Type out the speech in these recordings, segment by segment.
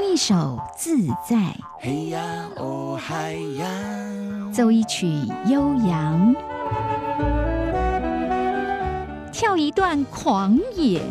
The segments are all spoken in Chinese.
一首自在， 嘿呀哦嗨呀， 奏一曲悠扬，跳一段狂野，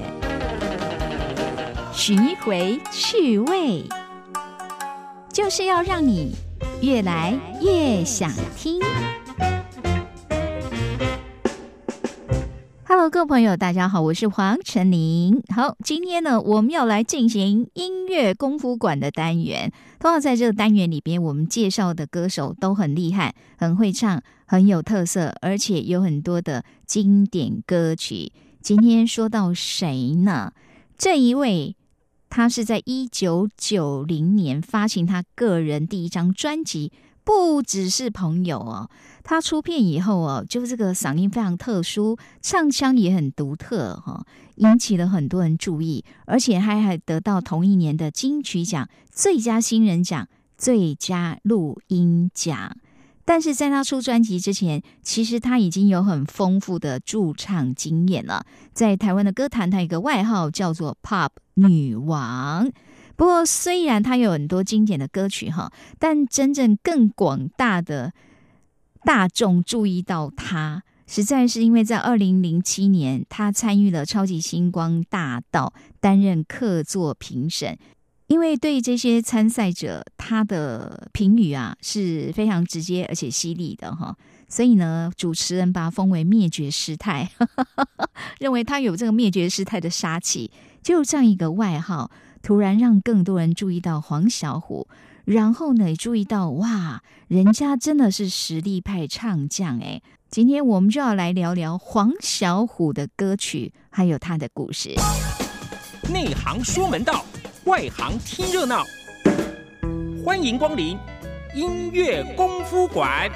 寻一回趣味，就是要让你越来越想听。Hello， 各位朋友，大家好，我是黄晨林。好，今天呢，我们要来进行音乐功夫馆的单元。通常在这个单元里边，我们介绍的歌手都很厉害，很会唱，很有特色，而且有很多的经典歌曲。今天说到谁呢？这一位，他是在1990年发行他个人第一张专辑。不只是朋友哦，他出片以后哦，就这个嗓音非常特殊，唱腔也很独特哈，引起了很多人注意，而且还得到同一年的金曲奖最佳新人奖、最佳录音奖。但是在他出专辑之前，其实他已经有很丰富的驻唱经验了。在台湾的歌坛，他有一个外号叫做 Pop 女王。不过虽然他有很多经典的歌曲哈，但真正更广大的大众注意到他，实在是因为在2007年他参与了超级星光大道，担任客座评审。因为对这些参赛者，他的评语啊是非常直接而且犀利的哈，所以呢，主持人把他封为灭绝师太，认为他有这个灭绝师太的杀气。就这样一个外号，突然让更多人注意到黄小琥，然后呢，也注意到哇，人家真的是实力派唱将哎。今天我们就要来聊聊黄小琥的歌曲，还有他的故事。 内行说门道，外行听热闹，欢迎光临音乐功夫馆。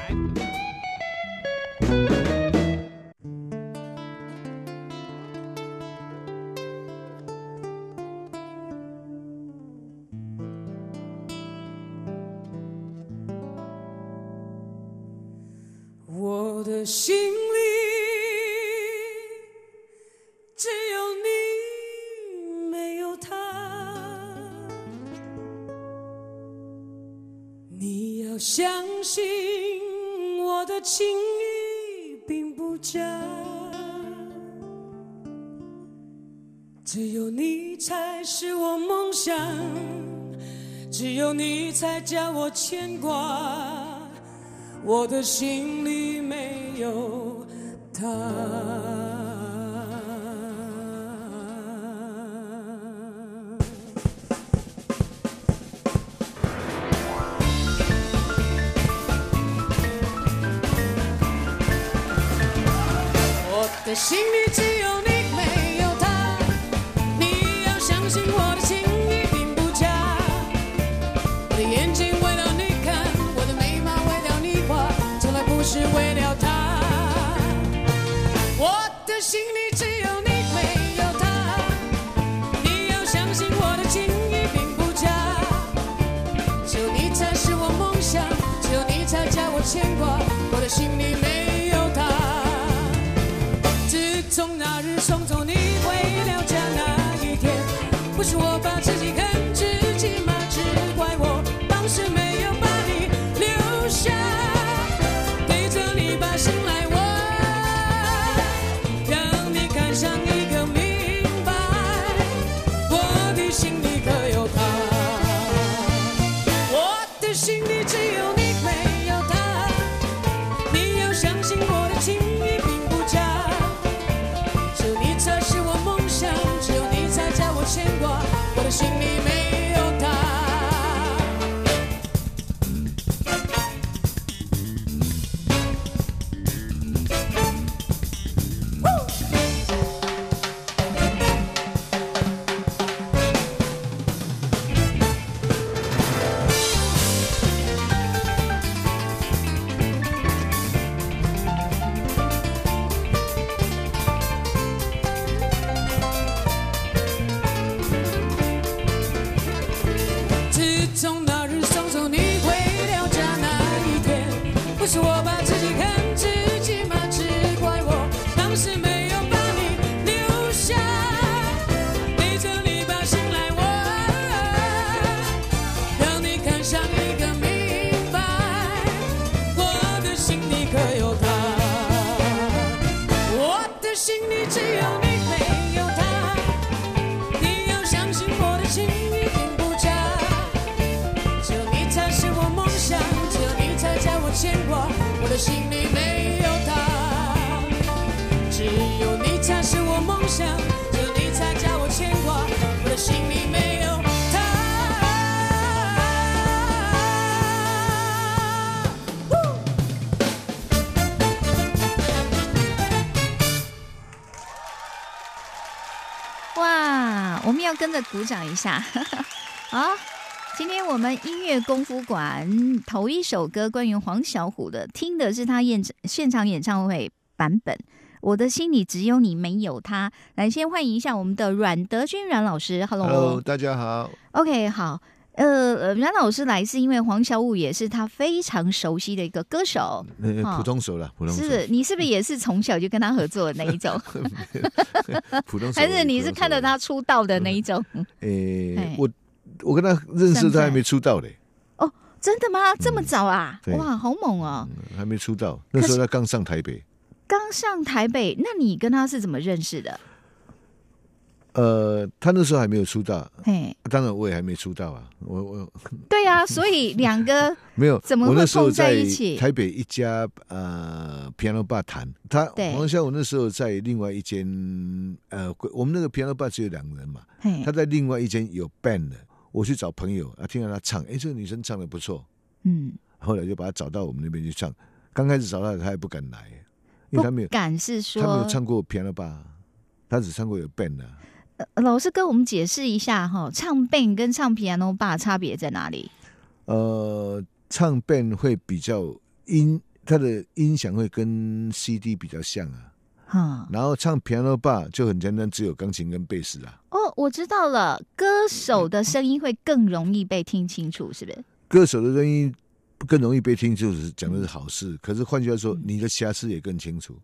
我的心里只有你，没有他。你要相信我的情意并不假，只有你才是我梦想，只有你才叫我牵挂。我的心里没有他。我的心里只有你，没有他。你要相信我的情意并不假。我的眼睛为了你看，我的眉毛为了你画，从来不是为了他。我的心里只有你，没有他。你要相信我的情意并不假。只有你才是我梦想，只有你才叫我牵挂。我的心里没有他。自从那日送走你回了家那一天，不是我把自己恨自己吗？只怪我当时没有把你留下，对着你把心来问，让你看上一个明白，我的心里可有他。我的心里只有你，没有他。你要相信我的情意并不假，只有你才是我梦想，只有你才叫我牵挂。我的心里没有他。 的心里没有他，只有你才是我梦想，只有你才叫我牵挂，我的心里没有他。 哇，我们要跟着鼓掌一下。好，今天我们音乐功夫馆头一首歌关于黄小琥的，听的是他现场演唱会版本，我的心里只有你没有他。来，先欢迎一下我们的阮德军阮老师。 Hello， 大家好。 OK， 好，阮老师来是因为黄小琥也是他非常熟悉的一个歌手， 普通手了，普通手。 是你是不是也是从小就跟他合作的那一种？ 普通手， 还是你是看着他出道的那一种？ 我跟他认识，他还没出道嘞。 哦，真的吗？这么早啊？哇，好猛哦！ 还没出道，那时候他刚上台北。 刚上台北，那你跟他是怎么认识的？ 他那时候还没有出道，当然我也还没出道啊。 对啊，所以两个没有怎么会碰在一起？ 我那时候在台北一家piano bar 弹，黄小琥那时候在另外一间我们那个 piano bar 只有2人嘛，他在另外一间有 band 的，我去找朋友听到他唱，这个女生唱得不错，后来就把他找到我们那边去唱。刚开始找他还不敢来，因为他没有敢是说他没有唱过 piano bar， 他只唱过有 band 的。 老师跟我们解释一下唱 band 跟唱 piano bar 差别在哪里？ 唱 band 会比较它的音响会跟 CD 比较像然后唱 piano bar 就很简单，只有钢琴跟贝斯啊。 哦，我知道了，歌手的声音会更容易被听清楚，是不是？ 歌手的声音更容易被听清楚，讲的是好事。可是换句话说，你的瑕疵也更清楚。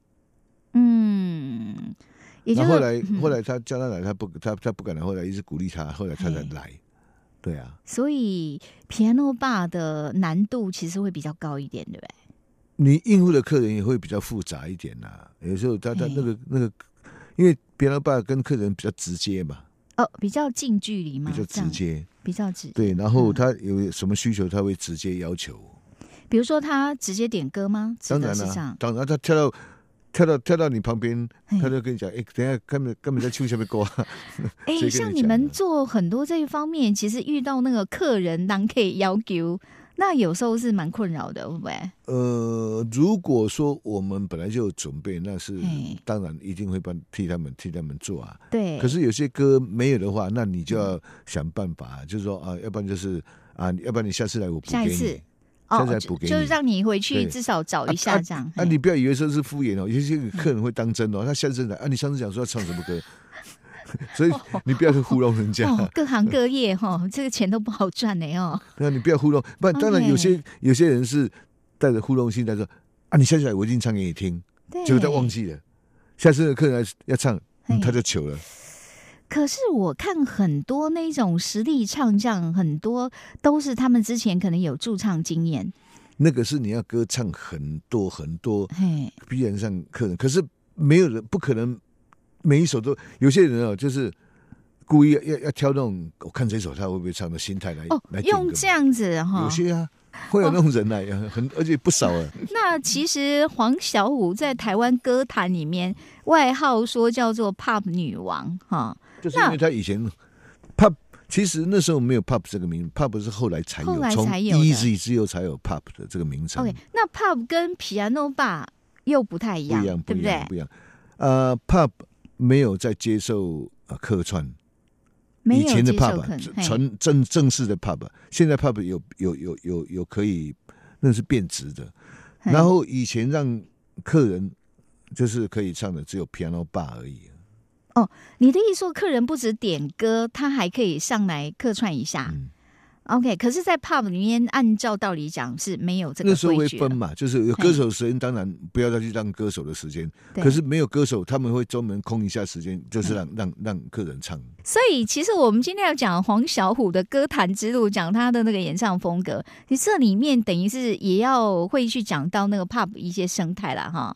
然后后来他叫他来，他不敢来，后来一直鼓励他，后来他才来。对啊，所以 piano bar 的难度其实会比较高一点，对不对？ 你应付的客人也会比较复杂一点有时候他那个，因为 piano bar 跟客人比较直接嘛， 比较近距离嘛， 比较直接， 比较直接。 对，然后他有什么需求，他会直接要求。 比如说他直接点歌吗？ 当然了，当然他跳到你旁边，他就跟你讲，等一下根本在唱什么歌啊？ 像你们做很多这一方面，其实遇到那个客人当可以要求，那有时候是蛮困扰的，会不会？ 如果说我们本来就有准备，那是当然一定会替他们做啊。对。可是有些歌没有的话，那你就要想办法，就是说要不然就是要不然你下次来我补给你。下一次。 就是让你回去至少找一下这样。 你不要以为说是敷衍有些客人会当真他下次来你上次讲说要唱什么歌，所以你不要去糊弄人家。 各行各业这个钱都不好赚那你不要糊弄，不然当然有些人是带着糊弄心态说你下次来我一定唱给你听，结果他忘记了，下次的客人要唱他就糗了。 可是我看很多那种实力唱将，很多都是他们之前可能有驻唱经验。 那个是你要歌唱很多很多，必然上客人。可是没有人不可能每一首都，有些人就是故意要挑那种我看这首他会不会唱的心态来用这样子有些会有那种人来而且不少那其实黄小琥在台湾歌坛里面外号说叫做 pop 女王就是因为他以前 pop 其实那时候没有 pop 这个名字 ，pop 是后来才有，从 Easy 之后才有 pop 的这个名称。 OK， 那 pop 跟 piano bar 又不太一样，对不对？ 不一样。pop 没有在接受客串，以前的 pop 正式的 pop， 现在 pop 有可以，那是变质的。然后以前让客人就是可以唱的只有 piano bar 而已。 你的意思说客人不止点歌，他还可以上来客串一下。OK， 可是在 pub 里面按照道理讲是没有这个规矩的。那时候会分嘛，就是有歌手的时间当然不要再去让歌手的时间，可是没有歌手他们会专门空一下时间，就是让客人唱。 所以其实我们今天要讲黄小琥的歌坛之路，讲他的那个演唱风格，你这里面等于是也要会去讲到那个 pub 一些生态啦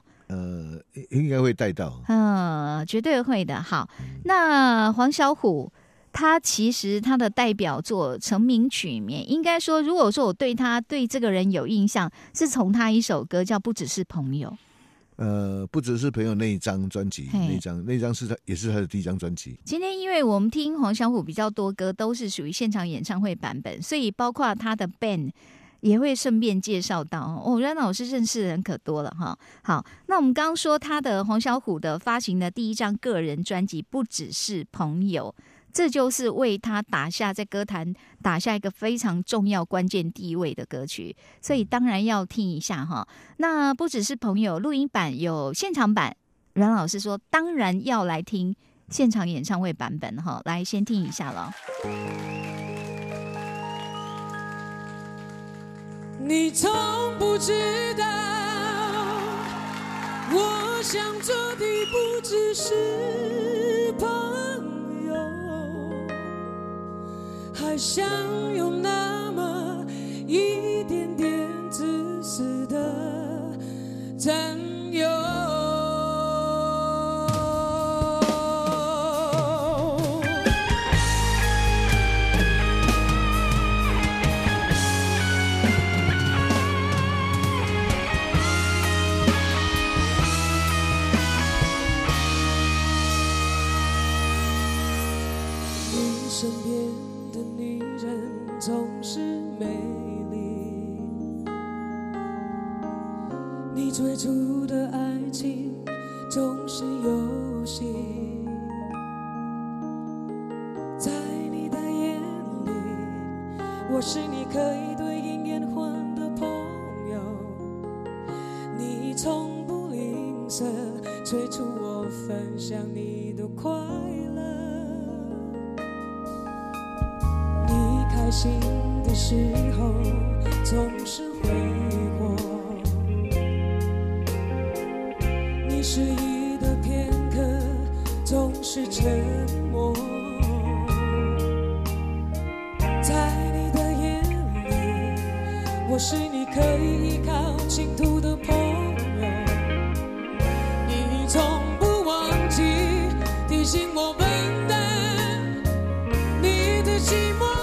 应该会带到， 绝对会的。好，那黄小琥他他其实他的代表作成名曲里面，应该说，如果说我对这个人有印象，是从他一首歌叫《不只是朋友》。 不只是朋友那一张专辑，那张是也是他的第一张专辑。 今天因为我们听黄小琥比较多歌都是属于现场演唱会版本，所以包括他的 band 也会顺便介绍到哦。阮老师认识的人可多了哈。好，那我们刚刚说他的黄小琥的发行的第一张个人专辑不只是朋友，这就是为他在歌坛打下一个非常重要关键地位的歌曲，所以当然要听一下哈。那不只是朋友，录音版有现场版，阮老师说当然要来听现场演唱会版本哈，来先听一下了。 你从不知道，我想做的不只是朋友，还想有那么一点点自私的占有。身边的女人总是美丽，你追逐的爱情总是游戏，在你的眼里，我是你可以对应眼换的朋友，你从不吝啬催促我分享你的快乐。开心的时候总是挥霍，你失意的片刻总是沉默，在你的眼里，我是你可以依靠倾吐的朋友，你从不忘记提醒我分担你的寂寞。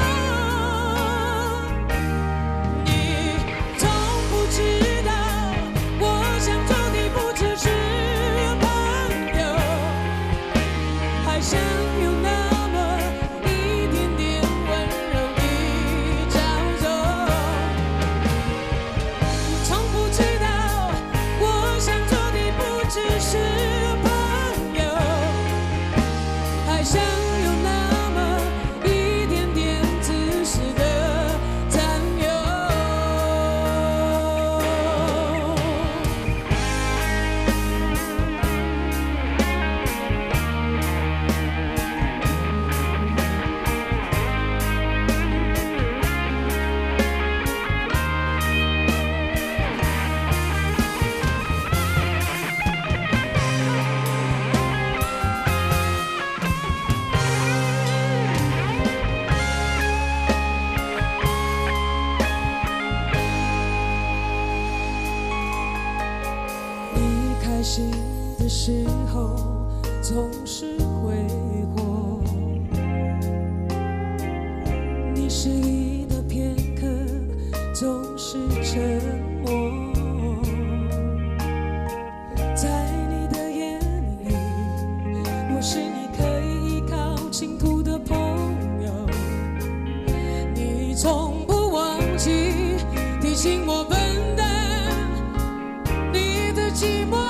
开心的时候总是挥霍，你失意的片刻总是沉默，在你的眼里，我是你可以依靠倾吐的朋友，你从不忘记提醒我分担你的寂寞。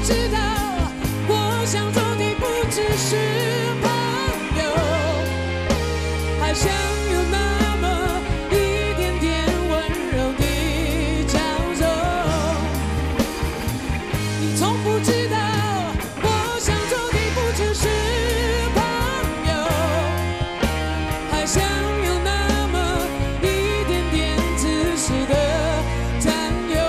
知道，我想做的不只是朋友，还想有那么一点点温柔的娇柔。你从不知道，我想做的不只是朋友，还想有那么一点点自私的占有。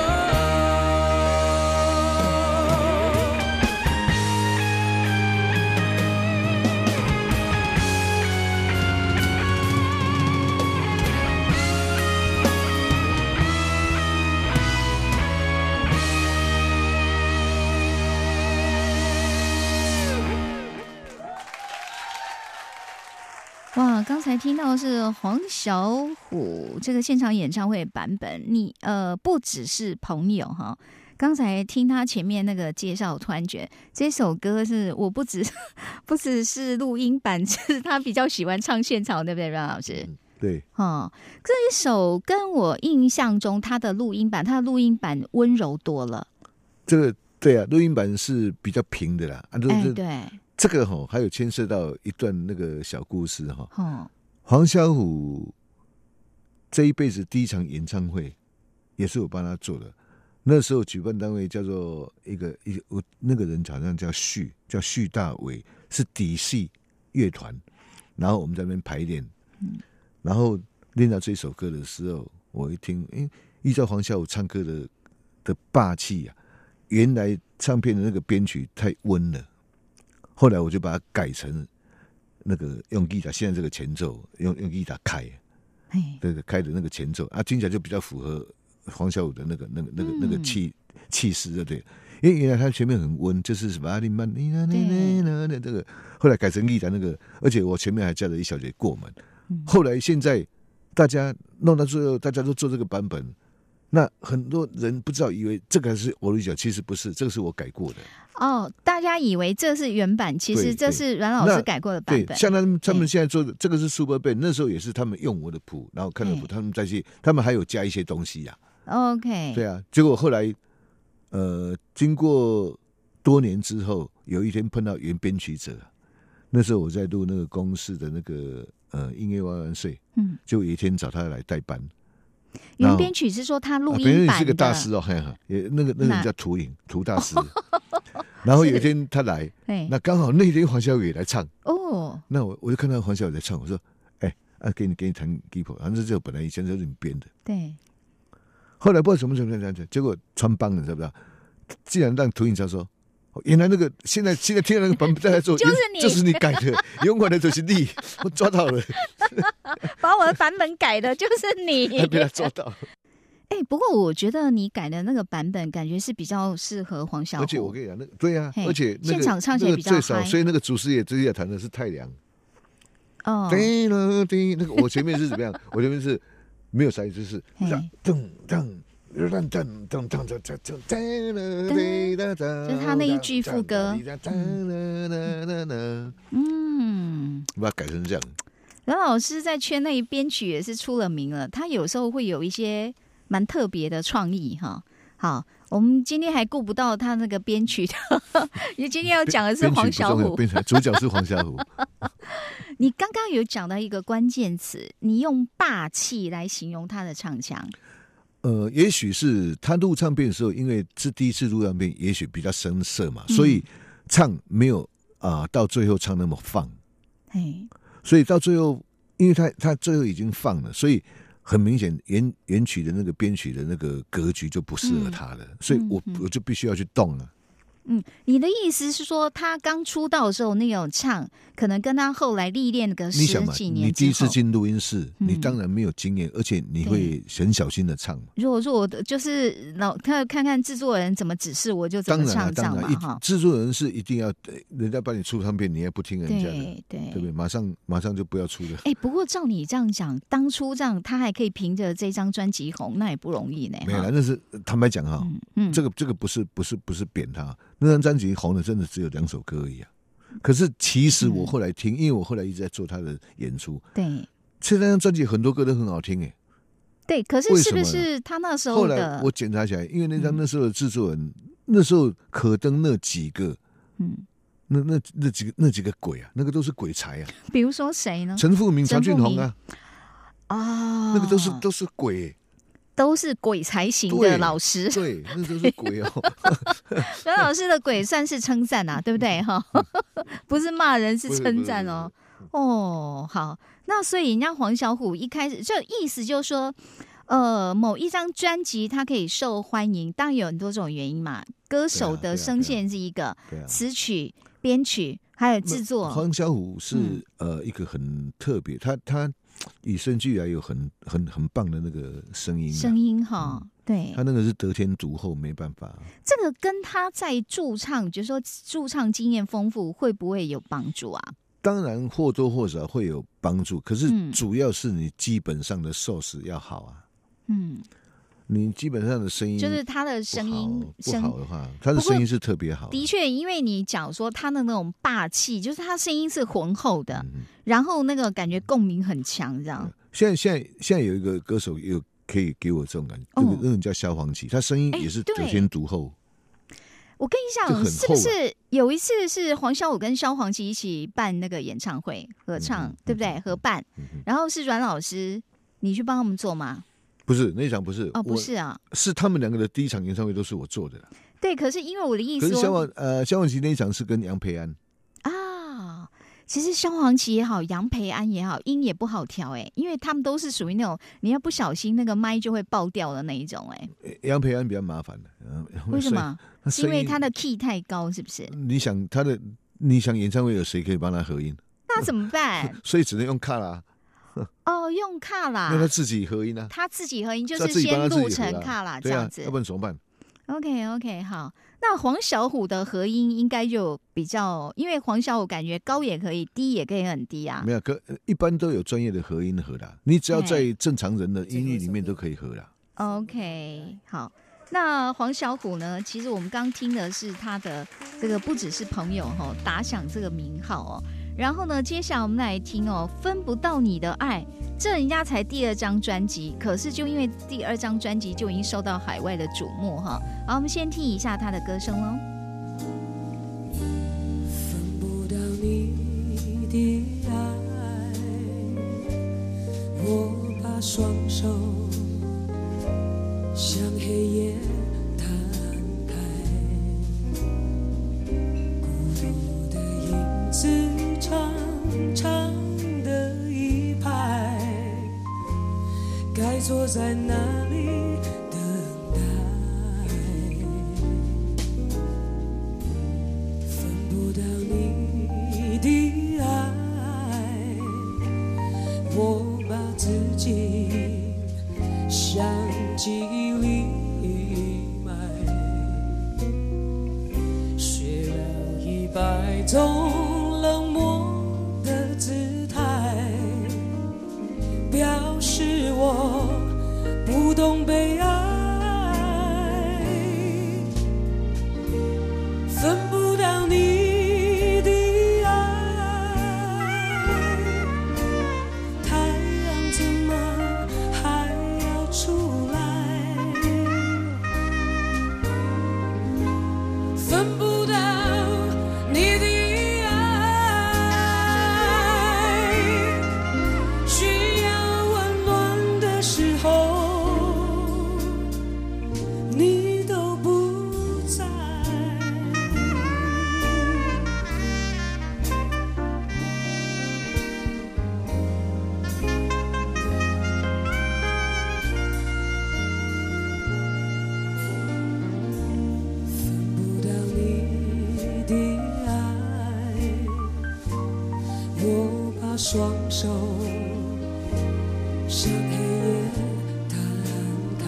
哇，刚才听到的是黄小琥这个现场演唱会版本，你不只是朋友哈。刚才听他前面那个介绍，我突然觉得这首歌是我不只是录音版，是他比较喜欢唱现场，对不对，阮老师？ 对， 这一首跟我印象中他的录音版温柔多了。 这个对啊，录音版是比较平的啦。 对。 这个还有牵涉到一段那个小故事黄小琥这一辈子第一场演唱会也是我帮他做的。那时候举办单位叫做一个那个人好像叫徐大伟，是底细乐团，然后我们在那边排练，然后练到这首歌的时候，我一听，依照黄小琥唱歌的霸气啊，原来唱片的那个编曲太温了。后来我就把它改成那个用吉他，现在这个前奏用吉他开，这个开的那个前奏啊，听起来就比较符合黄小琥的那个气势，对不对？因为原来他前面很温，就是什么阿里曼这个，后来改成吉他那个，而且我前面还加了一小节过门。后来现在大家弄到最后，大家都做这个版本。那很多人不知道，以为这个是我的脚，其实不是，这个是我改过的。 大家以为这是原版，其实这是阮老师改过的版本。 对，像他们现在做的这个是 Super Band， 那时候也是他们用我的谱，然后看了谱，他们再去，他们还有加一些东西呀。 OK， 对啊，结果后来经过多年之后，有一天碰到原编曲者，那时候我在录那个公视的那个音乐万万岁，就有一天找他来代班。 原编曲是说他录音版的， 别人是个大师哦，也那个人叫涂大师。然后有一天他来，那刚好那天黄小琥也来唱那我就看到黄小琥在唱，我说给你弹 keyboard， 反正这本来以前就是你编的， 对。 后来不知道什么情况，结果穿帮了，知不知道？既然让涂颖超说，原来那个现在听到那个版本在做，就是你改的，勇敢的就是你，我抓到了， 把我的版本改的就是你， 还被他抓到。 不过我觉得你改的那个版本，感觉是比较适合黄小琥。 而且我跟你讲，对啊，而且现场唱起来比较嗨， 最少，所以那个主师也直接弹的是太阳。那个我前面是怎么样？我前面是没有啥意思，是噔噔。就是他那一句副歌， 把它改成这样。 阮老师在圈内编曲也是出了名了，他有时候会有一些蛮特别的创意哈。好，我们今天还顾不到他那个编曲的，因为今天要讲的是黄小琥， 主角是黄小琥。 你刚刚有讲到一个关键词，你用霸气来形容他的唱腔。 也许是他录唱片的时候，因为是第一次录唱片，也许比较生涩嘛，所以唱没有到最后唱那么放。所以到最后，因为他最后已经放了，所以很明显原曲的那个编曲的那个格局就不适合他了，所以我就必须要去动了。 你的意思是说，他刚出道的时候那种唱，可能跟他后来历练个10几年之后， 你第一次进录音室，你当然没有经验，而且你会很小心的唱嘛。 如果说我就是看看制作人怎么指示，我就怎么唱，这样嘛。 制作人是一定要，人家帮你出唱片，你也不听人家的， 对不对？马上就不要出了。 不过照你这样讲，当初这样他还可以凭着这张专辑红，那也不容易呢。 没有啦，那是坦白讲哈，这个不是贬他。那张专辑红的真的只有2首歌而已啊！可是其实我后来听，因为我后来一直在做他的演出， 对， 这张专辑很多歌都很好听对，可是是不是他那时候的？ 后来我检查起来，因为那时候的制作人那时候可登那几个，那几个鬼啊，那个都是鬼才啊。 比如说谁呢？ 陈富明、曹俊宏啊， 哦， 那个都是鬼。 都是鬼才型的老师， 对，那都是鬼哦。 阮老师的鬼算是称赞啊，对不对哈？不是骂人，是称赞哦。哦，好，那所以人家黄小琥一开始就意思就是说，某一张专辑它可以受欢迎，当然有很多种原因嘛。歌手的声线是一个，词曲、编曲还有制作。 黄小琥是一个很特别，他与生俱来有很棒的那个声音哈，对， 他那个是得天独厚，没办法。 这个跟他在驻唱，就是说驻唱经验丰富，会不会有帮助啊？ 当然或多或少会有帮助，可是主要是你基本上的source要好啊。你基本上的声音就是他的声音不好的话，他的声音是特别好。 的确，因为你讲说他的那种霸气，就是他声音是浑厚的，然后那个感觉共鸣很强，这样。 现在有一个歌手有可以给我这种感觉，那个人叫萧煌奇，他声音也是得天独厚。 我跟你讲，是不是有一次是黄小琥跟萧煌奇一起办那个演唱会合唱，对不对？合办，然后是阮老师，你去帮他们做吗？ 不是那一场，不是不是啊， 是他们两个的第一场演唱会都是我做的。 对，可是因为我的意思， 可是萧煌奇那一场是跟杨培安啊。其实萧煌奇也好，杨培安也好，音也不好调因为他们都是属于那种你要不小心那个麦就会爆掉的那一种杨培安比较麻烦的， 为什么？是因为他的 key 太高，是不是？ 你想演唱会有谁可以帮他合音？ 那怎么办？ 所以只能用卡拉。 用卡拉， 那他自己合音啊？ 他自己合音就是先录成卡拉这样子， 要不然怎么办 ？OK， 好。那黄小琥的合音应该就比较，因为黄小琥感觉高也可以，低也可以很低啊。 没有，一般都有专业的合音合的，你只要在正常人的音域里面都可以合的。 OK， 好。那黄小琥呢？其实我们刚听的是他的这个不只是朋友打响这个名号然后呢，接下来我们来听分不到你的爱，这人家才第2张专辑，可是就因为第2张专辑就已经受到海外的瞩目好，我们先听一下他的歌声咯。 分不到你的爱，我把双手向黑夜摊开，孤独的影子长长的一排，该坐在哪里等待？分不到你的爱，我把自己像记忆里埋，学了100种冷漠的姿态，表示我不懂被爱，分不到你的爱，太阳怎么还要出来？分不到你的双手向黑夜摊开，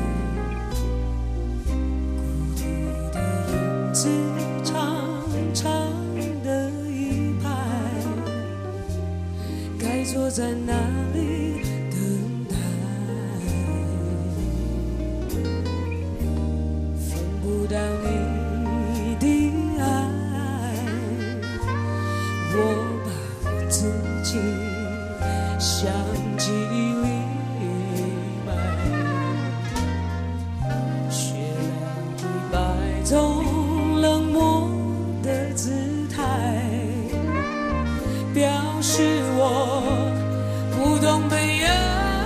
孤独的影子长长的一排，该坐在哪里等待？分不到你的爱，我自己像记忆里埋，学了100 种冷漠的姿态，表示我不懂被爱，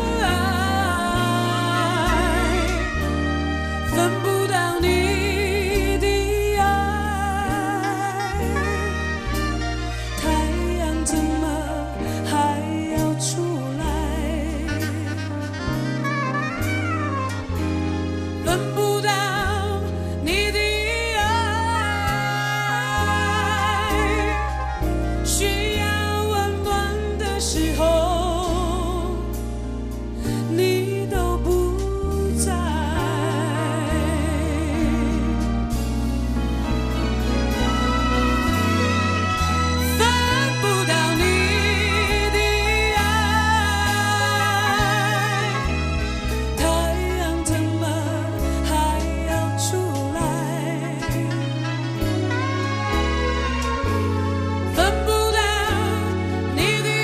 分不到你的爱，太阳怎么还要出来，分不到你的需要温暖的时候，你都不在，分不到你的爱，太阳怎么还要出来，分不到你的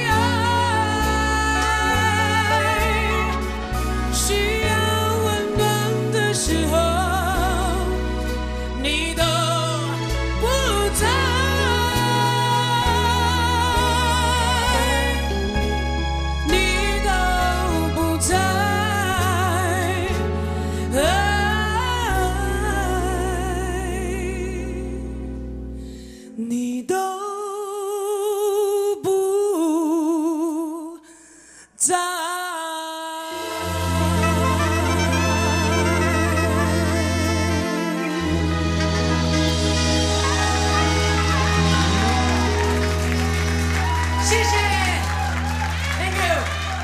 爱，需要温暖的时候，你都不在，你都不在，你都不在。谢谢 ，Thank you。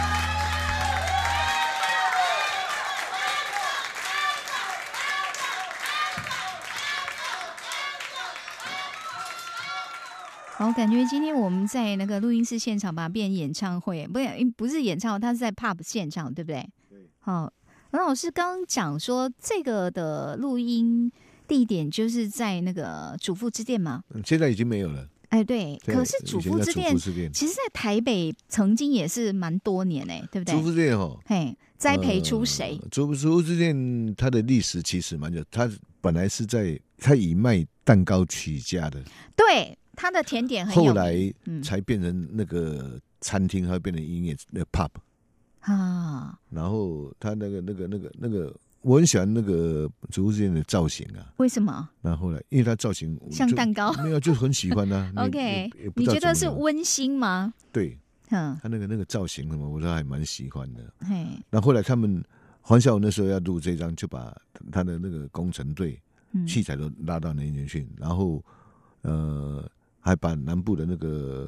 我感觉今天我们在那个录音室现场把它变演唱会，不是演唱会，它是在 pub 现场，对不对？对。好，王老师刚刚讲说这个的录音地点就是在那个主妇之店嘛？ 现在已经没有了。 哎，对。可是主妇之店，其实在台北曾经也是蛮多年哎，对不对？ 主妇之店嘿，栽培出谁？ 主妇之店它的历史其实蛮久，它本来是它以卖蛋糕起家的。 对。它的甜点很有名， 后来才变成那个餐厅，还变成音乐那 pub 啊。然后他那个，我很喜欢那个主妇之店的造型啊。 为什么？ 那后来因为它造型像蛋糕， 没有就很喜欢啊。 OK， 你觉得是温馨吗？ 对，他那个造型什么，我都还蛮喜欢的。那后来他们黄孝文那时候要录这张，就把他的那个工程队器材都拉到那边去，然后还把南部的那个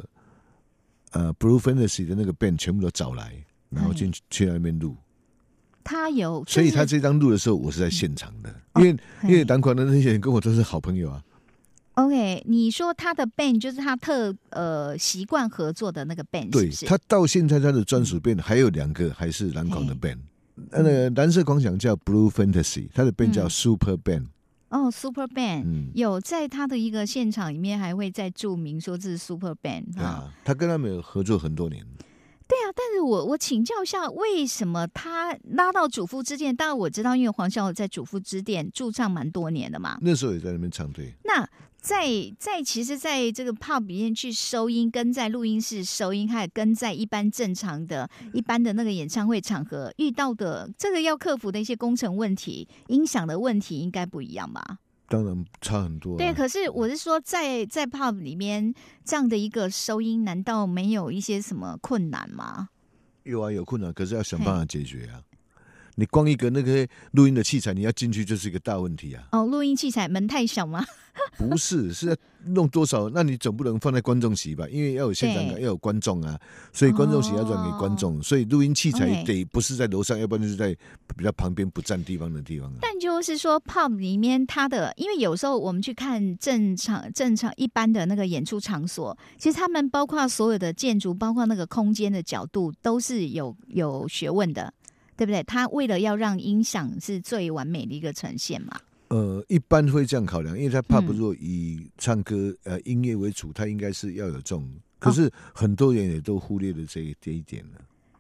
Blue Fantasy 的那个 band 全部都找来，然后去那边录。 他有， 所以他这张录的时候，我是在现场的，因为南广的那些人跟我都是好朋友啊。 OK， 你说他的 band 就是他习惯合作的那个 band， 对， 是不是？ 他到现在他的专属 band 还有2个还是南广的 band，那个蓝色狂想叫 Blue Fantasy， 他的 band 叫 Super Band。 Super Band，有在他的一个现场里面还会再注明说这是 Super Band 啊，他跟他们有合作很多年。 对啊，但是我请教一下，为什么他拉到主妇之店？当然我知道，因为黄孝在主妇之店驻唱蛮多年的嘛， 那时候也在那边唱。对， 那其实在这个 pub 里面去收音，跟在录音室收音，还有跟在一般正常的一般的那个演唱会场合遇到的这个要克服的一些工程问题、音响的问题，应该不一样吧？ 当然差很多。 对，可是我是说在 pub 里面这样的一个收音，难道没有一些什么困难吗？ 有啊，有困难，可是要想办法解决啊。你光一个那个录音的器材，你要进去就是一个大问题啊！ 录音器材门太小吗？ 不是，是要弄多少？那你总不能放在观众席吧？因为要有现场感，要有观众啊，所以观众席要转给观众，所以录音器材得不是在楼上，要不然就是在比较旁边不占地方的地方啊。 但就是说 pub 里面它的，因为有时候我们去看正常一般的那个演出场所，其实他们包括所有的建筑，包括那个空间的角度，都是有学问的。对不对？他为了要让音响是最完美的一个呈现嘛。 一般会这样考量，因为他pub如果以唱歌音乐为主，他应该是要有这种。可是很多人也都忽略了这一点了。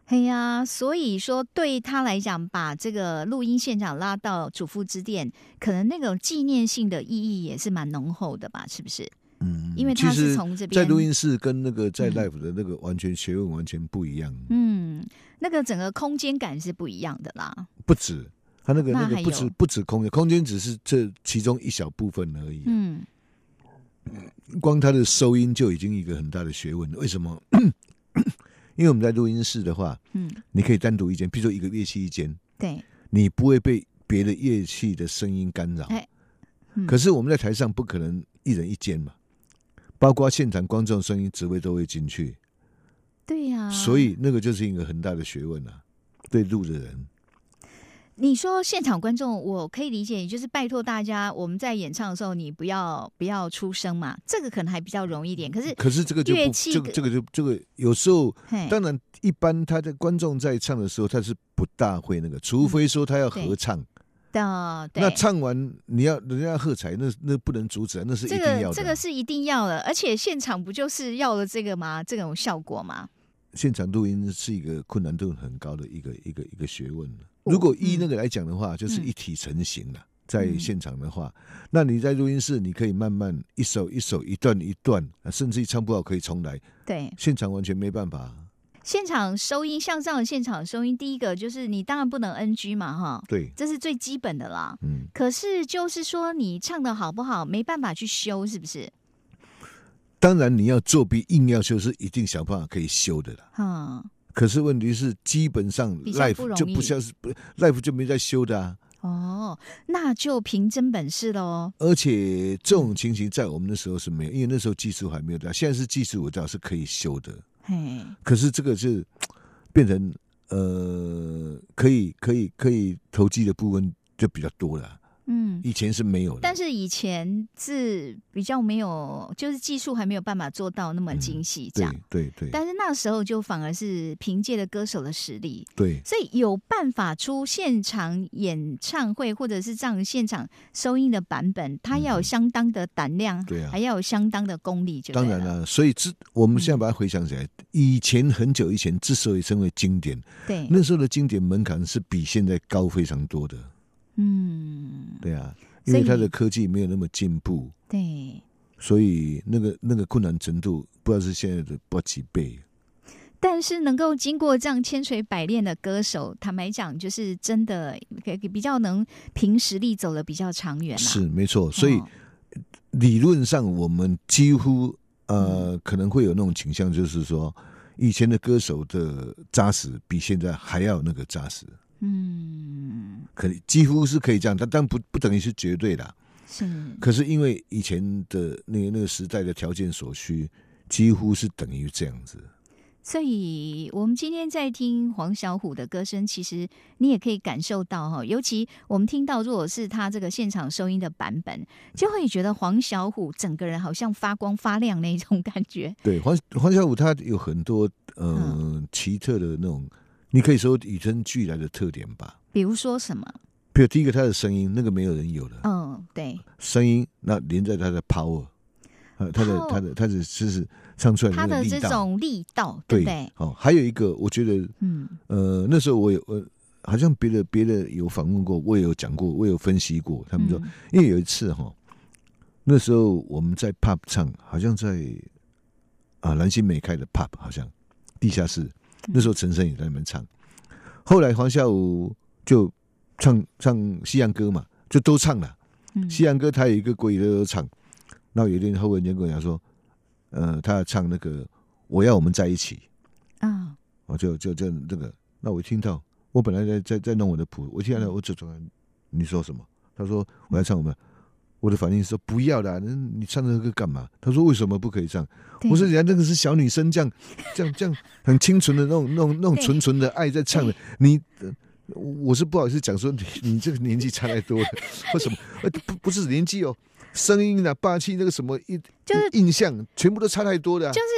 嘿呀，所以说对他来讲，把这个录音现场拉到主妇之店，可能那种纪念性的意义也是蛮浓厚的吧？是不是？因为他是从这边在录音室跟那个在 live 的那个完全学问完全不一样。 那个整个空间感是不一样的啦。 不止，他那个不止空间，空间只是这其中一小部分而已。光他的收音就已经一个很大的学问了。为什么？因为我们在录音室的话，你可以单独一间，比如说一个乐器一间， 对， 你不会被别的乐器的声音干扰。可是我们在台上不可能一人一间嘛。包括现场观众声音职位都会进去， 对呀， 所以那个就是一个很大的学问啊，对录的人。 你说现场观众，我可以理解，就是拜托大家，我们在演唱的时候，你不要出声嘛，这个可能还比较容易一点。可是这个就这个有时候，当然一般他的观众在唱的时候，他是不大会那个，除非说他要合唱。那唱完你要人家喝彩，那不能阻止，那是一定要的。这个是一定要的，而且现场不就是要了这个吗？这种效果吗？现场录音是一个困难度很高的一个学问。如果依那个来讲的话，就是一体成型了。在现场的话，那你在录音室，你可以慢慢一首一首、一段一段，甚至唱不好可以重来。对，现场完全没办法。现场收音，像这样的现场收音，第一个就是你当然不能 NG 嘛，哈，对，这是最基本的啦。可是就是说你唱的好不好，没办法去修，是不是？当然你要作弊硬要修，是一定想办法可以修的啦。可是问题是，基本上 live 就不像是 live 就没在修的啊。那就凭真本事喽。而且这种情形在我们那时候是没有，因为那时候技术还没有到，现在是技术我知道是可以修的。可是这个就变成可以投机的部分就比较多了。以前是没有的，但是以前是比较没有，就是技术还没有办法做到那么精细这样。对。但是那时候就反而是凭借着歌手的实力，对，所以有办法出现场演唱会或者是这样现场收音的版本，它要有相当的胆量，对啊，还要有相当的功力就对了。当然了，所以我们现在把它回想起来，以前很久以前之所以称为经典，对，那时候的经典门槛是比现在高非常多的。对啊，因为它的科技没有那么进步，对，所以那个困难程度不知道是现在的不知道几倍。但是能够经过这样千锤百炼的歌手，坦白讲，就是真的比较能凭实力走得比较长远。是没错，所以理论上我们几乎可能会有那种倾向，就是说以前的歌手的扎实比现在还要那个扎实。可几乎是可以这样，但不等于是绝对的。是，可是因为以前的那个时代的条件所需，几乎是等于这样子。所以我们今天在听黄小琥的歌声，其实你也可以感受到哈，尤其我们听到如果是他这个现场收音的版本，就会觉得黄小琥整个人好像发光发亮那种感觉。对，黄小琥他有很多奇特的那种。你可以说与生俱来的特点吧，比如说什么？比如第一个，他的声音，那个没有人有的。对，声音那连在他的 power， 他的就是唱出来的那个力道，他的这种力道，对不对？还有一个，我觉得，那时候我好像别的有访问过，我也有讲过，我也有分析过，他们说，因为有一次那时候我们在 pub 唱，好像在蓝心湄开的 pub， 好像地下室。那时候陈升也在那边唱，后来黄小琥就唱西洋歌嘛，就都唱了。西洋歌他有一个国语都唱，然后有一天后人就跟我讲说，他要唱那个我要我们在一起啊，就这个，那我听到，我本来在弄我的谱，我听到我走出来，你说什么？他说我要唱我们。我的反应是说不要啦，你唱这个干嘛？他说为什么不可以唱？我说人家那个是小女生这样很清纯的那种纯纯的爱在唱的，我是不好意思讲说你这个年纪差太多了，为什么？不是年纪哦，声音啊、霸气那个什么就是印象全部都差太多的。就是他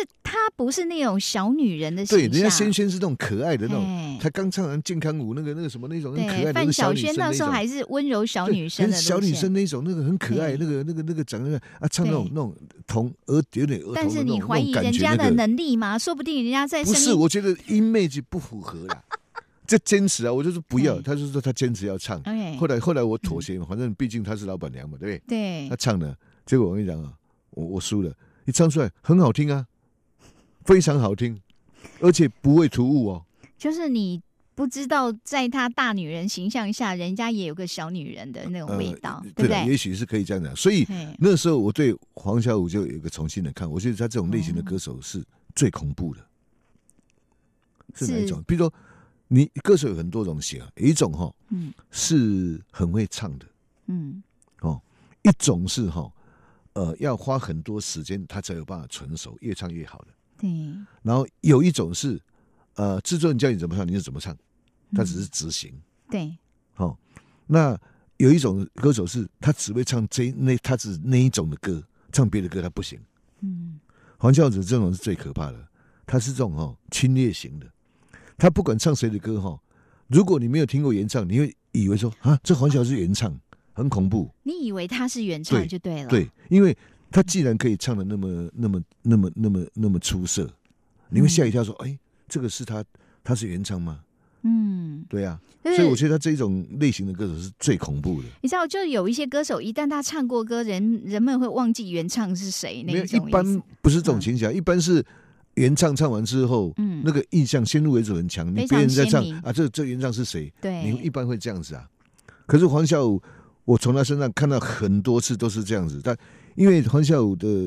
不是那种小女人的形象， 对，人家萱萱是那种可爱的那种，她刚唱完健康舞那个什么那种很可爱的范晓萱那时候还是温柔小女生的小女生那种，那个很可爱，那个长得啊，唱那种有点儿童的那种， 但是你怀疑人家的能力吗？说不定人家在不是，我觉得 image 不符合啦。这坚持啊，我就是不要。他就说他坚持要唱，后来我妥协嘛，反正毕竟他是老板娘嘛，对不对？对。他唱了，结果我跟你讲啊，我输了。你唱出来很好听啊，非常好听，而且不会突兀哦。 就是你不知道，在他大女人形象下，人家也有个小女人的那种味道，对不对？ 也许是可以这样讲。所以那时候我对黄小琥就有一个重新的看，我觉得他这种类型的歌手是最恐怖的。是哪一种？比如说。你歌手有很多种型啊，有一种是很会唱的，一种是要花很多时间他才有办法纯熟，越唱越好的。对。然后有一种是制作人教你怎么唱你就怎么唱，他只是执行。对。那有一种歌手是他只会唱他只那一种的歌，唱别的歌他不行。黄小琥这种是最可怕的，他是这种侵略型的。他不管唱谁的歌如果你没有听过原唱，你会以为说啊，这黄小琥是原唱，很恐怖。你以为他是原唱就对了。 对，因为他既然可以唱的那么出色，你会吓一跳说，哎，这个是他是原唱吗？对啊，所以我觉得他这种类型的歌手是最恐怖的。 你知道，就有一些歌手，一旦他唱过歌，人们会忘记原唱是谁那种意思。 一般不是这种情形，一般是。原唱唱完之后，那个印象先入为主很强。你别人在唱啊，这原唱是谁？对，你一般会这样子啊。可是黄小琥，我从他身上看到很多次都是这样子。但因为黄小琥的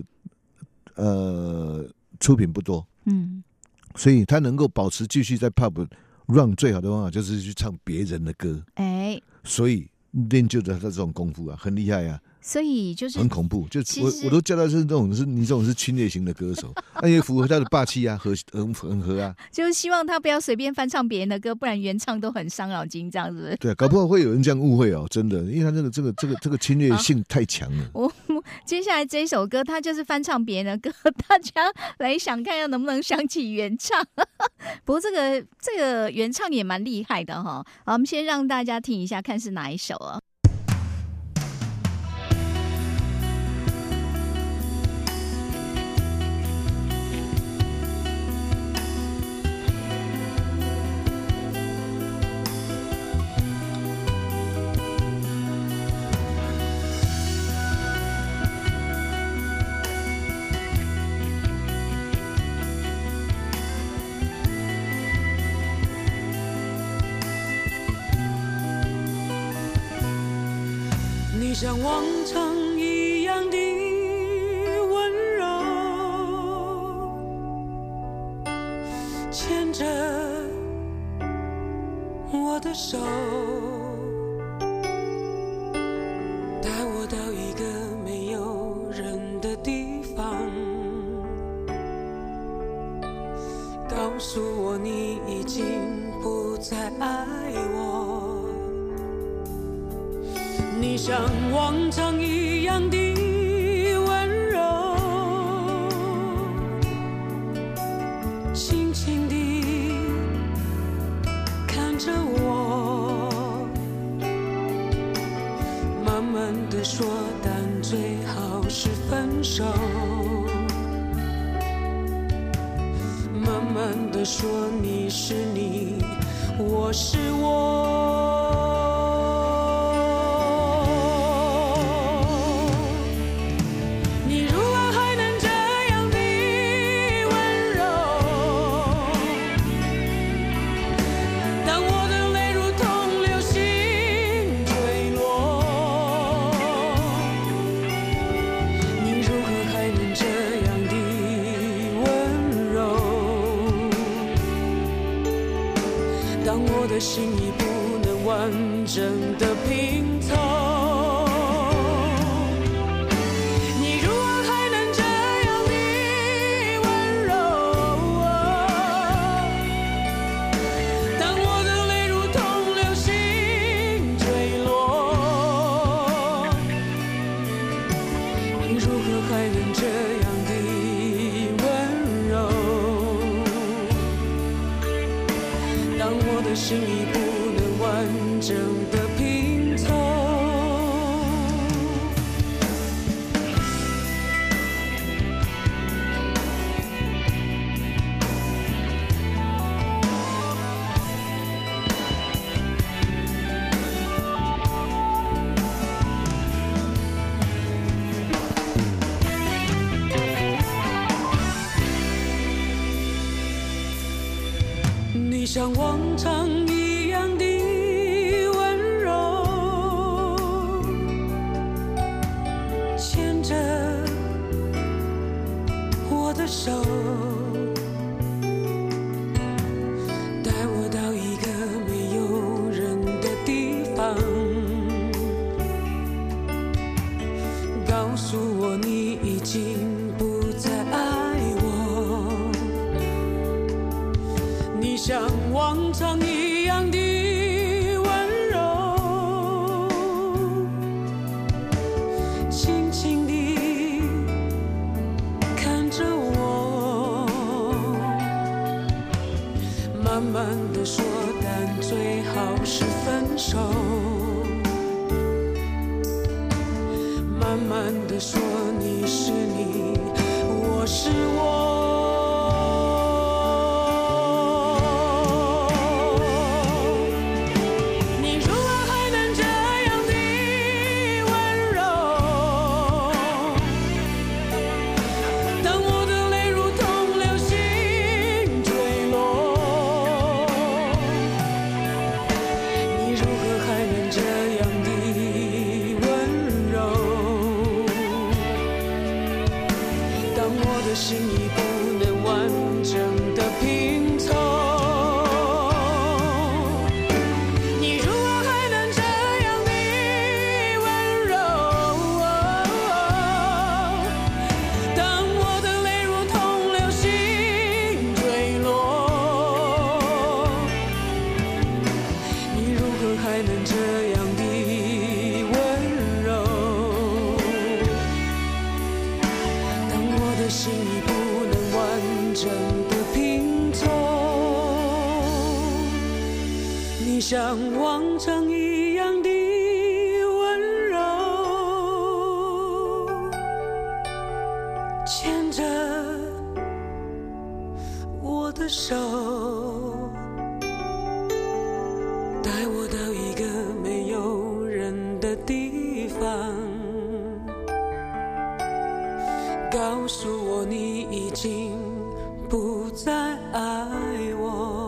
出品不多，所以他能够保持继续在 pub run 最好的方法就是去唱别人的歌。所以练就的他这种功夫啊，很厉害啊。 所以就是很恐怖，就我都叫他是你这种是侵略型的歌手，那也符合他的霸气啊，很合啊。 就是希望他不要随便翻唱别人的歌，不然原唱都很伤脑筋，这样子。 对，搞不好会有人这样误会哦，真的，因为他这个侵略性太强了。 接下来这一首歌，他就是翻唱别人的歌，大家来想看要能不能想起原唱。不过这个原唱也蛮厉害的哈。好，我们先让大家听一下，看是哪一首啊？ 像往常一样的温柔，牵着我的手，带我到一个没有人的地方，告诉我你已经不再爱我。你像往常一样的温柔，轻轻地看着我，慢慢地说，但最好是分手。慢慢地说，你是你，我是我。心已不能完整的拼凑，你如何还能这样的温柔？当我的泪如同流星坠落，你如何还能这样的温柔？ 心意不能完整的拼凑。你像往常一样的温柔，牵着我的手，带我到一个没有人的地方，告诉我你已经不再爱我。你像往常一样的温柔，轻轻地看着我，慢慢地说，但最好是分手。慢慢地说，你是你，我是我。心意不能完整的拼凑，你如何还能这样的温柔？当我的泪如同流星坠落，你如何还能这样的温柔？当我的心意不能完整的拼凑，你像往常一样的温柔，牵着我的手，带我到一个没有人的地方，告诉我你已经不再爱我。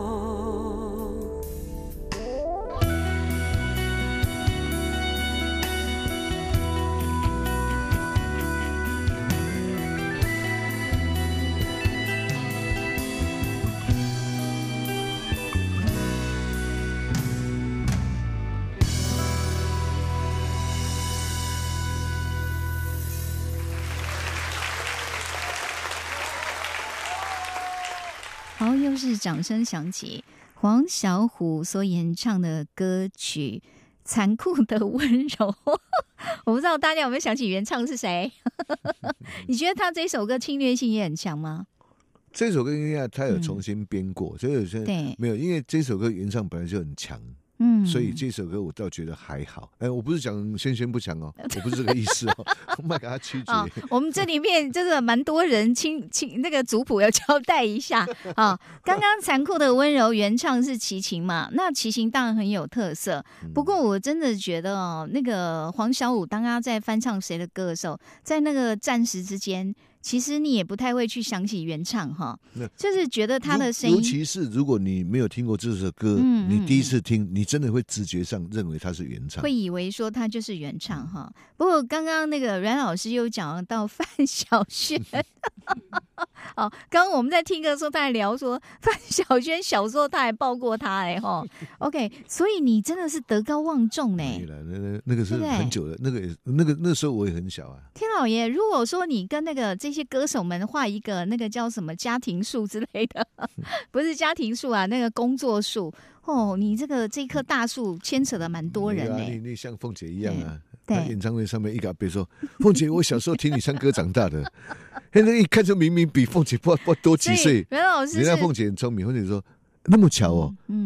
好，又是掌声响起。黄小琥所演唱的歌曲《残酷的温柔》我不知道大家有没有想起原唱是谁你觉得他这首歌侵略性也很强吗？ 这首歌应该他有重新编过，所以有些没有，因为这首歌原唱本来就很强。所以这首歌我倒觉得还好。我不是讲先宣不强哦，我不是这个意思哦，我们给他曲解。 我们这里面真的蛮多人那个族谱要交代一下啊。刚刚《残酷的温柔》原唱是齐秦嘛，那齐秦当然很有特色。不过我真的觉得哦，那个黄小琥当他在翻唱谁的歌的时候，在那个暂时之间，其实你也不太会去想起原唱哈，就是觉得他的声音， 尤其是如果你没有听过这首歌，你第一次听，你真的会直觉上认为他是原唱， 会以为说他就是原唱哈。不过刚刚那个阮老师又讲到范晓萱哦，刚刚我们在听歌的时候，他还聊说范晓萱小时候他还抱过他哎哈。OK， 所以你真的是德高望重呢。 对了，那个是很久了，那时候我也很小啊。 天老爷，如果说你跟那个这些歌手们画一个那个叫什么家庭树之类的，不是家庭树啊，那个工作树哦，你这棵大树牵扯了蛮多人呢。 你像凤姐一样啊。在演唱会上面一个阿伯说：“凤姐，我小时候听你唱歌长大的。”现在一看就明明比凤姐不多几岁。 袁老师， 人家凤姐很聪明，凤姐说：“那么巧哦，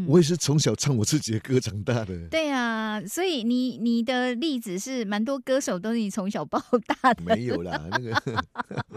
我也是从小唱我自己的歌长大的。 对啊，所以你的例子是蛮多歌手都是你从小抱大的。 没有啦，那个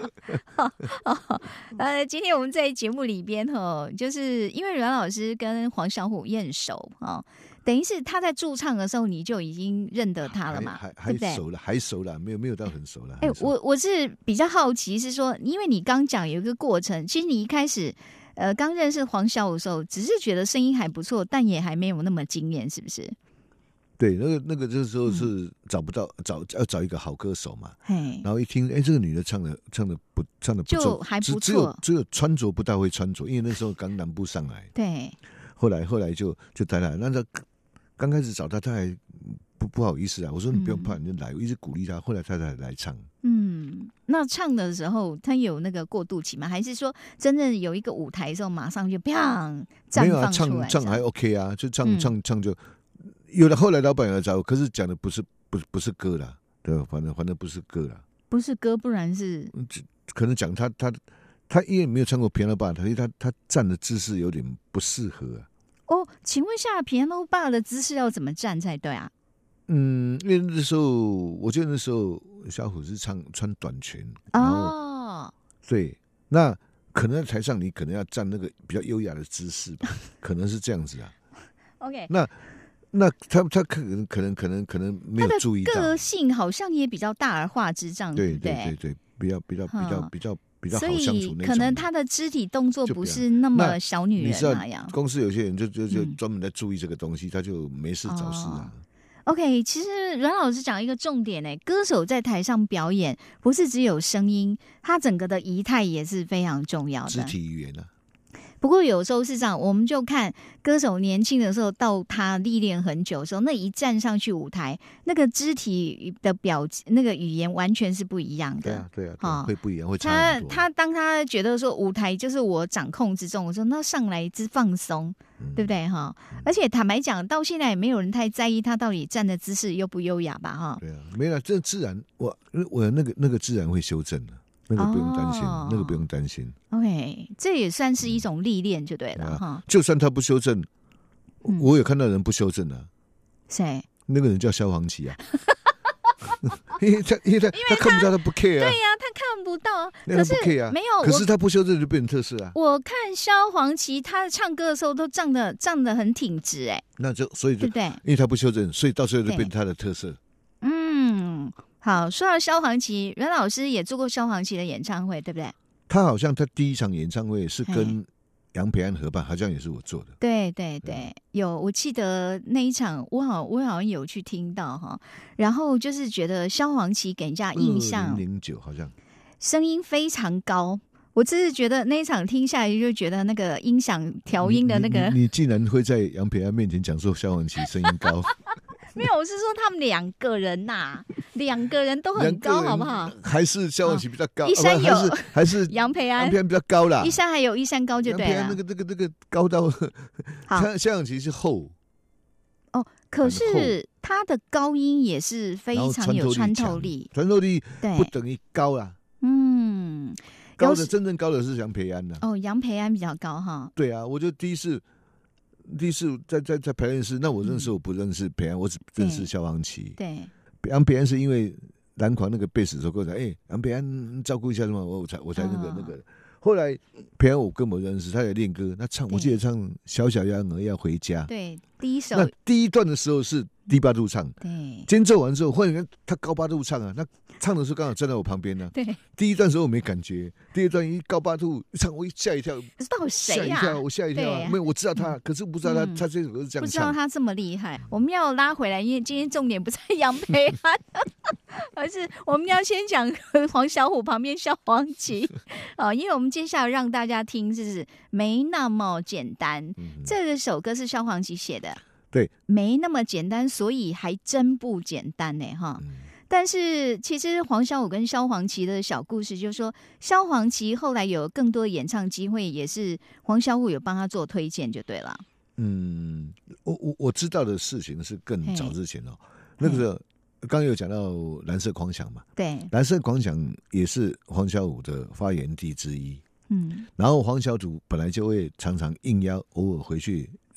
今天我们在节目里边就是因为阮老师跟黄小琥也很熟等于是他在驻唱的时候，你就已经认得他了嘛？ 还熟了，还熟了，没有到很熟了。 我是比较好奇，是说，因为你刚讲有一个过程，其实你一开始刚认识黄小琥的时候，只是觉得声音还不错，但也还没有那么惊艳，是不是？ 对，那个这时候是要找一个好歌手嘛，然后一听，这个女的唱的不错， 还不错， 只有穿着不大会穿着，因为那时候刚南部上来， 对， 后来就带来，那刚开始找他还不好意思啊，我说你不用怕，你就来，我一直鼓励他，后来他才来唱。 那唱的时候他有那个过渡期吗？还是说真正有一个舞台的时候马上就砰绽放出来？ 没有啊，唱还 OK 啊，就唱就有了。后来老板来找我，可是讲的不是歌啦，对吧？反正不是歌啦， 不是歌，不然是可能讲他因为没有唱过 Piano Bar， 所以他站的姿势有点不适合啊。 请问一下 Piano Bar 的姿势要怎么站才对啊？ 因为那时候我记得那时候小琥是穿短裙对，那可能在台上你可能要站那个比较优雅的姿势吧，可能是这样子啊。 OK， 那他可能没有注意到， 他的个性好像也比较大而化之这样子， 对，比较好相处那种， 所以可能他的肢体动作不是那么小女人那样。 公司有些人就专门在注意这个东西，他就没事找事啊。 OK， 其实阮老师讲一个重点歌手在台上表演不是只有声音，他整个的仪态也是非常重要的， 肢体语言啊。 不过有时候是这样，我们就看歌手年轻的时候到他历练很久的时候，那一站上去舞台，那个肢体的那个语言完全是不一样的。 对啊，会不一样，会差很多。 他当他觉得说舞台就是我掌控之中，我说那上来之放松，对不对而且坦白讲，到现在也没有人太在意他到底站的姿势优不优雅吧对啊，没了，这自然我那个自然会修正的。那个不用担心，那个不用担心。 OK， 这也算是一种历练就对了就算他不修正，我有看到人不修正啊。 谁？ 那个人叫萧煌奇啊。因为他看不到，他不 care 啊。 对呀，他看不到， 可是不 care 啊， 没有。 可是他不修正就变成特色啊。 我看萧煌奇他唱歌的时候都站得很挺直那就所以对不对？ 因为他不修正，所以到最后就变成他的特色。 好，说到萧煌奇，阮老师也做过萧煌奇的演唱会，对不对？ 他好像他第一场演唱会是跟杨培安合办，好像也是我做的。 对，有，我记得那一场我好像有去听到然后就是觉得萧煌奇给人家印象 2009好像声音非常高。我只是觉得那一场听下来，就觉得那个音响调音的那个， 你竟然会在杨培安面前讲说萧煌奇声音高？ 没有，我是说他们两个人两个人都很高，好不好？ 还是萧煌奇比较高， 一山有还是杨培安比较高啦。 一山还有一山高就对了。 杨培安那个高到，萧煌奇是厚可是他的高音也是非常有穿透力， 不等于高啦。高的真正高的是杨培安的。 杨培安比较高哈。 对啊，我就第一次在排练室，那我认识我不认识培安，我只认识萧煌奇。 对， 杨培安是因为蓝狂那个贝斯手跟我讲，杨培安照顾一下什么，我才那个。后来培安我根本认识，他也练歌，我记得唱《小小鸭儿要回家》。 对，第一首。 那第一段的时候是低八度唱， 对。 间奏完之后，忽然他高八度唱啊，那唱的时候刚好站在我旁边呢。 对。 第一段的时候我没感觉，第二段一高八度一唱，我一吓一跳。 到底谁啊？ 我吓一跳啊！没有，我知道他，可是不知道他这首歌是这样唱。 不知道他这么厉害。我们要拉回来，因为今天重点不在杨培安，而是我们要先讲黄小琥旁边萧煌奇因为我们接下来让大家听就是没那么简单。这首歌是萧煌奇写的。 对， 没那么简单，所以还真不简单呢但是其实黄小琥跟萧煌奇的小故事，就是说萧煌奇后来有更多演唱机会，也是黄小琥有帮他做推荐就对了。 我知道的事情是更早之前那个时候刚有讲到蓝色狂想嘛， 对， 蓝色狂想也是黄小琥的发源地之一。然后黄小琥本来就会常常应邀偶尔回去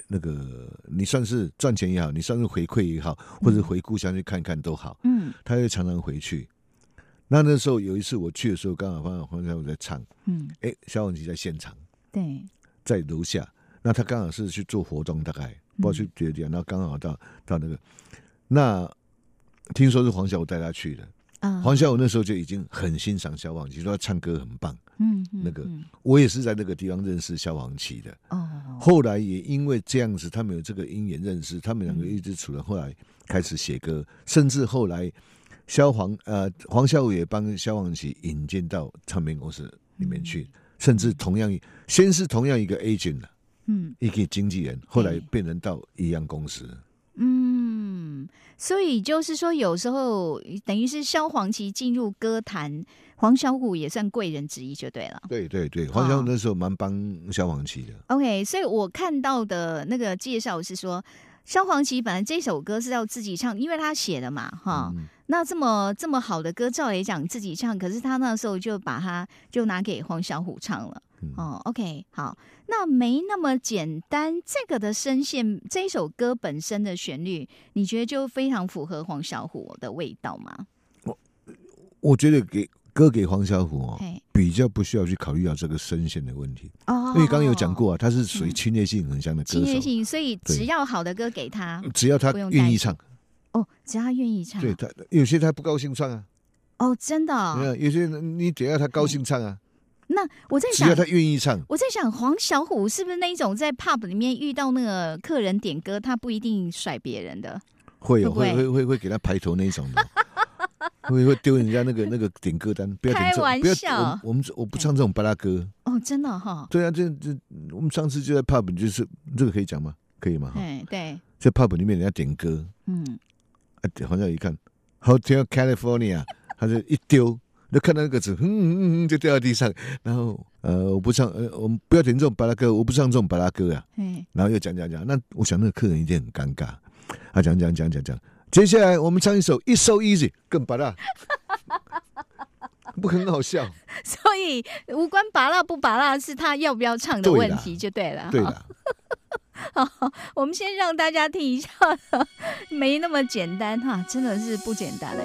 那个你算是赚钱也好，你算是回馈也好，或者回故乡去看看都好，他会常常回去。那时候有一次我去的时候，刚好黄小琥在唱，萧煌奇在现场，对，在楼下，那他刚好是去做活动，大概不知道去别的地方，然后刚好到那个，那听说是黄小琥带他去的。黄小琥那时候就已经很欣赏萧煌奇，说他唱歌很棒。那个我也是在那个地方认识萧煌奇的。后来也因为这样子，他们有这个因缘认识，他们两个一直处了，后来开始写歌，甚至后来黄小琥也帮萧煌奇引荐到唱片公司里面去，甚至先是同样一个 agent 一个经纪人，后来变成到一样公司。 所以就是说，有时候等于是萧煌奇进入歌坛，黄小琥也算贵人之一，就对了。对对对， 黄小琥那时候蛮帮萧煌奇的。 OK， 所以我看到的那个介绍是说，萧煌奇本来这首歌是要自己唱，因为他写的嘛，哈。那这么好的歌，照来讲自己唱，可是他那时候就把它就拿给黄小琥唱了。OK， 好，那没那么简单。这个的声线，这首歌本身的旋律，你觉得就非常符合黄小琥的味道吗？ 我觉得给黄小琥比较不需要去考虑到这个声线的问题因为刚刚有讲过他是属于侵略性很强的歌手，侵略性， 所以只要好的歌给他， 只要他愿意唱。 只要他愿意唱， 对他有些他不高兴唱真的有些你得要他高兴唱那我在想， 只要他愿意唱， 我在想黄小琥是不是那一种在 pub 里面遇到那个客人点歌，他不一定甩别人的，会给他排头那一种的，会丢人家那个点歌单，不要点开玩笑， 我不唱这种巴拉歌真的哈， 对啊，这我们上次就在 pub， 就是这个可以讲吗？可以吗？ 对， 在 pub 里面人家点歌，黄小琥一看 Hotel California， 他就一丢。就看到那个字，就掉到地上。然后我不唱，我们不要点这种巴拉歌，我不唱这种巴拉歌啊。然后又讲，那我想那个客人一定很尴尬。讲，接下来我们唱一首《It's So Easy》，更巴拉，不很好笑？ 所以无关巴拉不巴拉，是他要不要唱的问题，就对了。 对了。 好，我们先让大家听一下，没那么简单哈，真的是不简单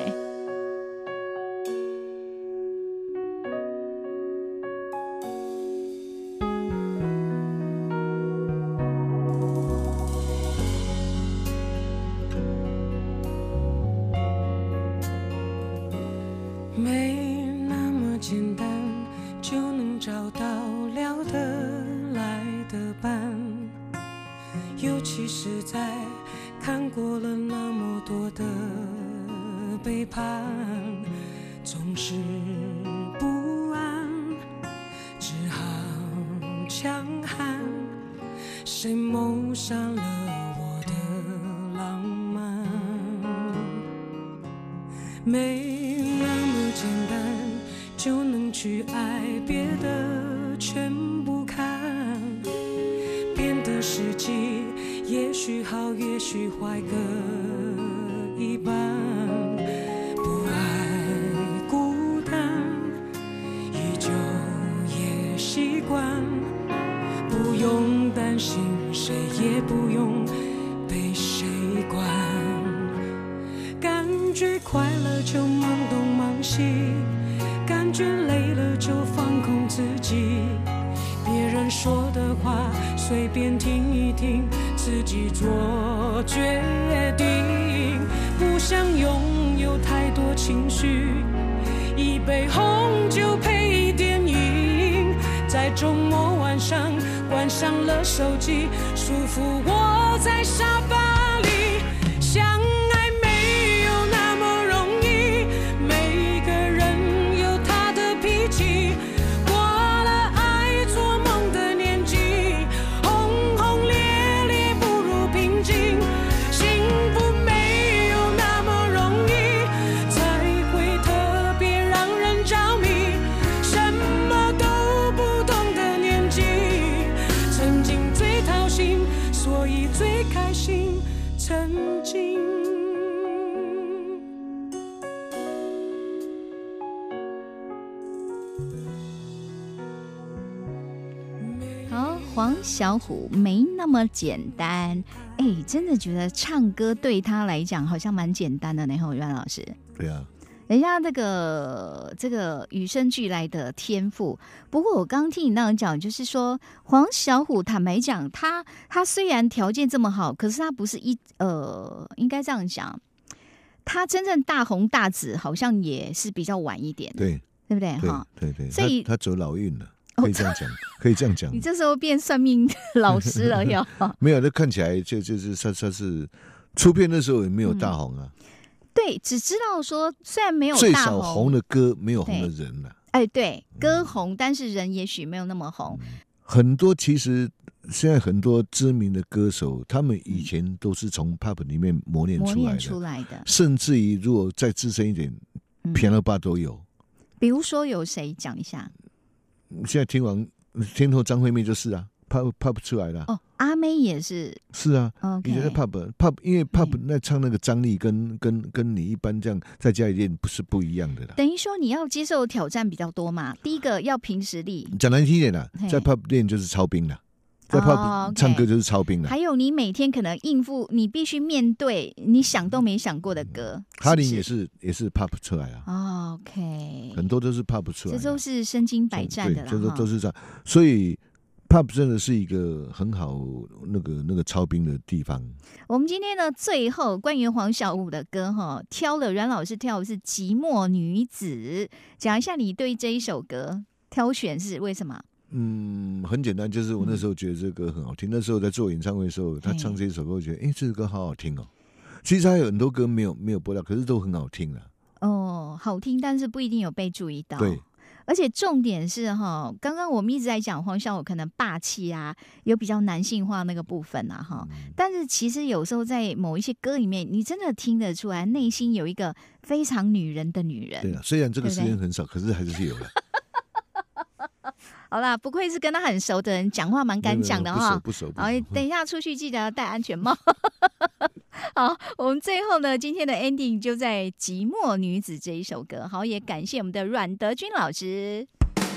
没那么简单就能找到聊得来的伴，尤其是在看过了那么多的背叛，总是不安，只好强悍，谁谋杀了我的浪漫？没那么简单就能去爱，别的全不看，变得实际，也许好也许坏各一半，不爱孤单依旧也习惯，不用担心谁也不用被谁管，感觉快乐就忙东忙西，感觉累了就放空自己，别人说的话随便听一听，自己做决定，不想拥有太多情绪，一杯红酒配电影，在周末晚上关上了手机，舒服窝在沙发里，相爱没有那么容易，每个人有他的脾气，过了爱做梦的年纪，轰轰烈烈不如平静，幸福没有那么容易，才会特别让人着迷，什么都不懂的年纪，曾经最掏心，所以最开心。 黄小琥没那么简单。哎，真的觉得唱歌对他来讲好像蛮简单的呢，阮老师。 对啊。 人家这个与生俱来的天赋，不过我刚听你那样讲，就是说黄小琥坦白讲，他虽然条件这么好，可是他不是应该这样讲，他真正大红大紫好像也是比较晚一点， 对不对？哈， 对， 所以他走老运了。可以这样讲，可以这样讲。 你这时候变算命老师了哟？ 没有，那看起来就是他是出片的时候也没有大红啊。 对，只知道说虽然没有大最少红的歌，没有红的人了。 哎，对，歌红，但是人也许没有那么红。 很多其实现在很多知名的歌手，他们以前都是从 pub 里面磨练出来的，甚至于如果再资深一点，Piano Bar 都有。 比如说有谁讲一下？ 现在天后张惠妹就是啊 ，pub 出来了。 哦，阿妹也是。 是啊，以前的 pub， 因为 pub 那唱那个张力跟你一般这样在家里练不一样的啦。 等于说你要接受挑战比较多嘛。第一个要凭实力。 讲难听一点啦，在 pub 练就是操兵啦。在 pub 唱歌就是操兵了。 还有你每天可能应付，你必须面对你想都没想过的歌。 哈林也是 pub 出来啊。OK， 很多都是 pub 出来， 这都是身经百战的啦。 对，都是这样。所以 pub 真的是一个很好那个操兵的地方。 我们今天呢，最后关于黄小琥的歌哈，挑了阮老师挑的是《寂寞女子》，讲一下你对这一首歌挑选是为什么？ 很简单，就是我那时候觉得这个歌很好听。那时候在做演唱会的时候，他唱这首歌，我觉得这首歌好好听哦。其实还有很多歌没有播到，可是都很好听了。 哦，好听，但是不一定有被注意到。 对， 而且重点是哈，刚刚我们一直在讲黄小琥可能霸气啊，有比较男性化那个部分啊哈。但是其实有时候在某一些歌里面，你真的听得出来，内心有一个非常女人的女人。 对啊，虽然这个时间很少，可是还是有的。 好啦，不愧是跟他很熟的人，讲话蛮敢讲的哈。 不熟。 好，等一下出去记得要戴安全帽。好，我们最后呢，今天的 ending 就在《寂寞女子》这一首歌。好，也感谢我们的阮德军老师。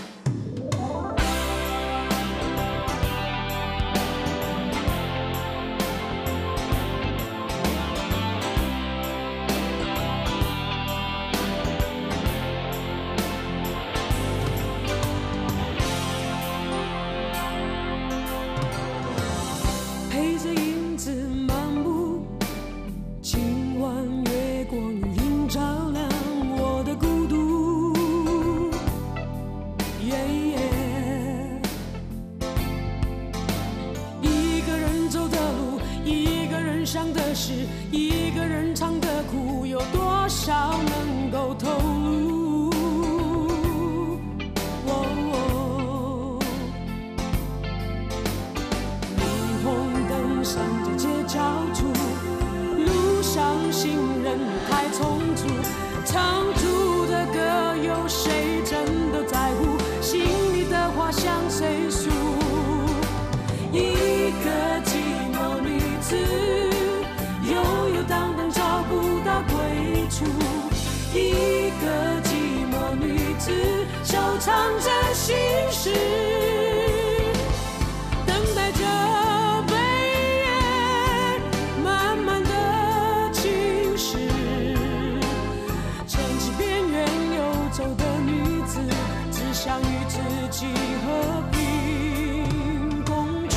一个人唱的苦，有多少能够透露？霓虹灯闪着街角处，路上行人太匆促，唱出的歌有谁真的在乎？心里的话向谁诉？一个寂寞女子，悠悠荡荡找不到归处，一个寂寞女子收藏着心事，等待着被夜慢慢的侵蚀。城市边缘游走的女子，只想与自己和平共处。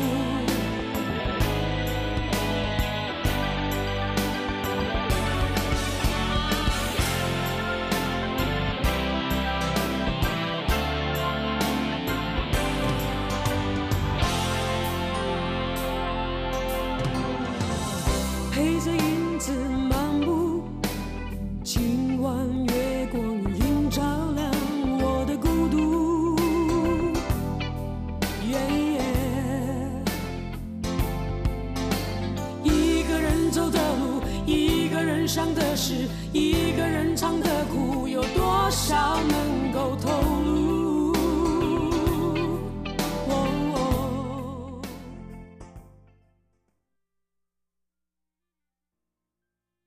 陪着影子漫步，今晚月光映照亮我的孤独。一个人走的路，一个人想的事，一个人唱的苦，有多少能够透